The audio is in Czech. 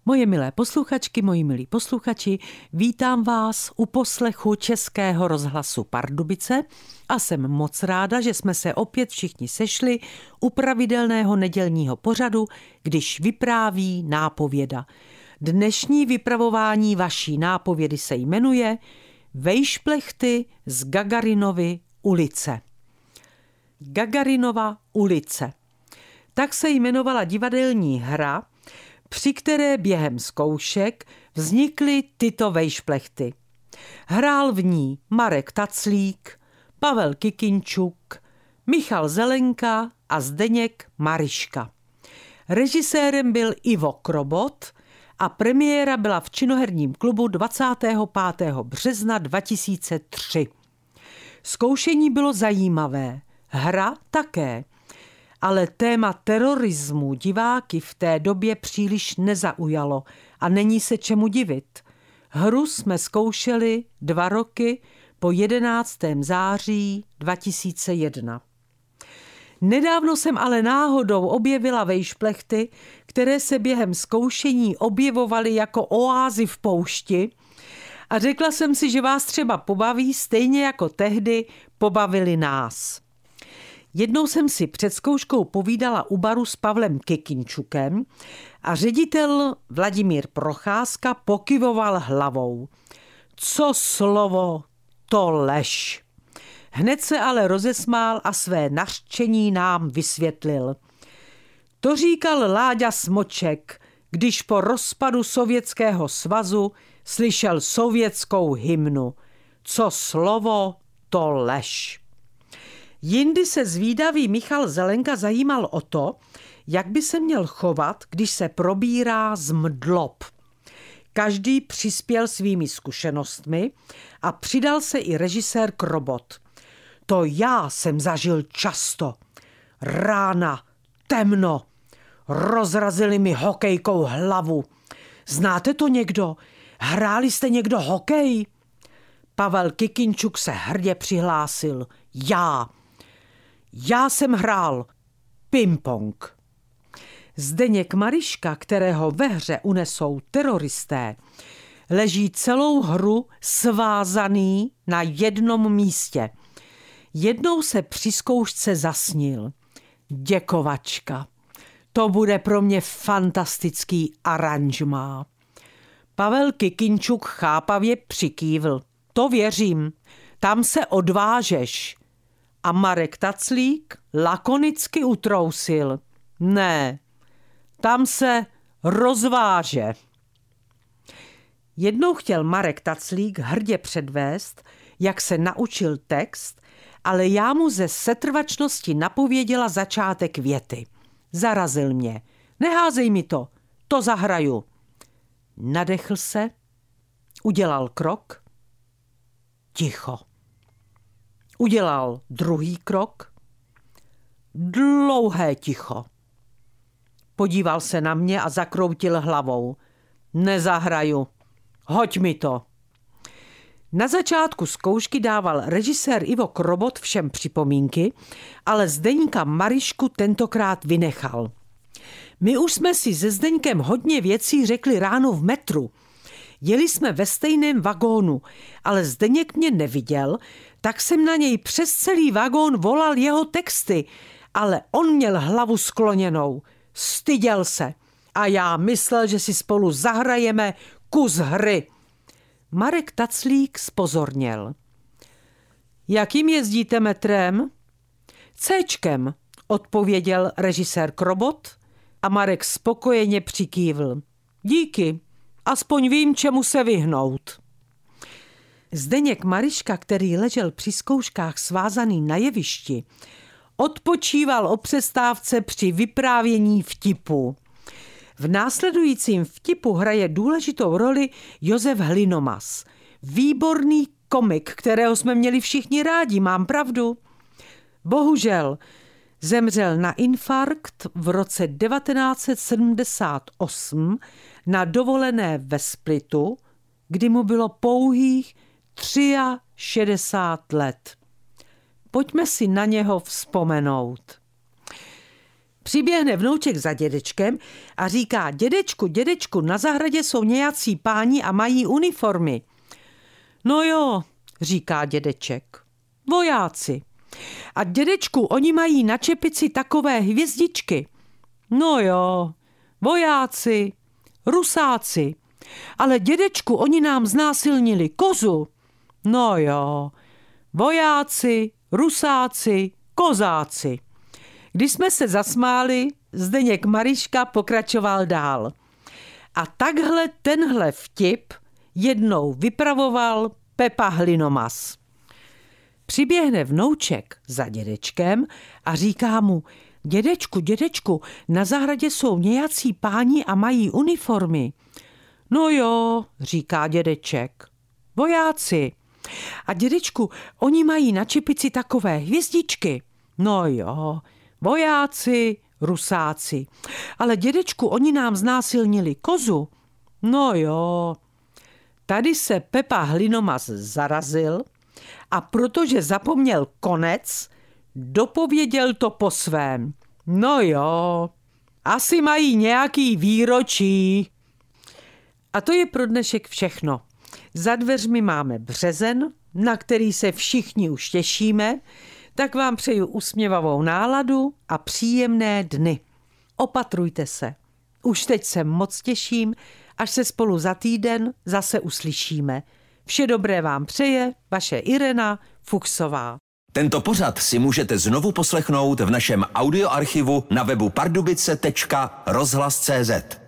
Moje milé posluchačky, moji milí posluchači, vítám vás u poslechu Českého rozhlasu Pardubice a jsem moc ráda, že jsme se opět všichni sešli u pravidelného nedělního pořadu, když vypráví nápověda. Dnešní vypravování vaší nápovědy se jmenuje Vejšplechty z Gagarinovy ulice. Gagarinova ulice. Tak se jmenovala divadelní hra, při které během zkoušek vznikly tyto vejšplechty. Hrál v ní Marek Taclík, Pavel Kikinčuk, Michal Zelenka a Zdeněk Mariška. Režisérem byl Ivo Krobot a premiéra byla v Činoherním klubu 25. března 2003. Zkoušení bylo zajímavé, hra také. Ale téma terorismu diváky v té době příliš nezaujalo a není se čemu divit. Hru jsme zkoušeli 2 roky po 11. září 2001. Nedávno jsem ale náhodou objevila vejšplechty, které se během zkoušení objevovaly jako oázy v poušti a řekla jsem si, že vás třeba pobaví stejně jako tehdy pobavili nás. Jednou jsem si před zkouškou povídala u baru s Pavlem Kikinčukem a ředitel Vladimír Procházka pokyvoval hlavou. Co slovo, to lež. Hned se ale rozesmál a své nařčení nám vysvětlil. To říkal Láďa Smoček, když po rozpadu Sovětského svazu slyšel sovětskou hymnu. Co slovo, to lež. Jindy se zvídavý Michal Zelenka zajímal o to, jak by se měl chovat, když se probírá z mdlob. Každý přispěl svými zkušenostmi a přidal se i režisér Krobot. To já jsem zažil často. Rána, temno, rozrazili mi hokejkou hlavu. Znáte to někdo? Hráli jste někdo hokej? Pavel Kikinčuk se hrdě přihlásil. Já jsem hrál ping-pong. Zdeněk Mariška, kterého ve hře unesou teroristé, leží celou hru svázaný na jednom místě. Jednou se při zkoušce zasnil. Děkovačka. To bude pro mě fantastický aranžmá. Pavel Kikinčuk chápavě přikývl. To věřím, tam se odvážeš. A Marek Taclík lakonicky utrousil. Ne, tam se rozváže. Jednou chtěl Marek Taclík hrdě předvést, jak se naučil text, ale já mu ze setrvačnosti napověděla začátek věty. Zarazil mě. Neházej mi to, to zahraju. Nadechl se, udělal krok, ticho. Udělal druhý krok, dlouhé ticho. Podíval se na mě a zakroutil hlavou. Nezahraju, hoď mi to. Na začátku zkoušky dával režisér Ivo Krobot všem připomínky, ale Zdeňka Marišku tentokrát vynechal. My už jsme si se Zdeňkem hodně věcí řekli ráno v metru. Jeli jsme ve stejném vagónu, ale Zdeněk mě neviděl, tak jsem na něj přes celý vagón volal jeho texty, ale on měl hlavu skloněnou. Styděl se a já myslel, že si spolu zahrajeme kus hry. Marek Taclík zpozorněl. Jakým jezdíte metrem? Céčkem, odpověděl režisér Krobot a Marek spokojeně přikývl. Díky, aspoň vím, čemu se vyhnout. Zdeněk Mariška, který ležel při zkouškách svázaný na jevišti, odpočíval o přestávce při vyprávění vtipu. V následujícím vtipu hraje důležitou roli Josef Hlinomas. Výborný komik, kterého jsme měli všichni rádi, mám pravdu? Bohužel zemřel na infarkt v roce 1978 na dovolené ve Splitu, kdy mu bylo pouhých 63 let. Pojďme si na něho vzpomenout. Přiběhne vnouček za dědečkem a říká: dědečku, na zahradě jsou nějací páni a mají uniformy. No jo, říká dědeček, vojáci. A dědečku, oni mají na čepici takové hvězdičky. No jo, vojáci, rusáci. Ale dědečku, oni nám znásilnili kozu. No jo, vojáci, rusáci, kozáci. Když jsme se zasmáli, Zdeněk Mariška pokračoval dál. A takhle tenhle vtip jednou vypravoval Pepa Hlinomas. Přiběhne vnouček za dědečkem a říká mu: dědečku, na zahradě jsou nějací páni a mají uniformy. No jo, říká dědeček, vojáci. A dědečku, oni mají na čepici takové hvězdičky. No jo, vojáci, rusáci. Ale dědečku, oni nám znásilnili kozu. No jo. Tady se Pepa Hlinomas zarazil a protože zapomněl konec, dopověděl to po svém. No jo, asi mají nějaký výročí. A to je pro dnešek všechno. Za dveřmi máme březen, na který se všichni už těšíme, tak vám přeju usměvavou náladu a příjemné dny. Opatrujte se. Už teď se moc těším, až se spolu za týden zase uslyšíme. Vše dobré vám přeje vaše Irena Fuchsová. Tento pořad si můžete znovu poslechnout v našem audioarchivu na webu pardubice.rozhlas.cz.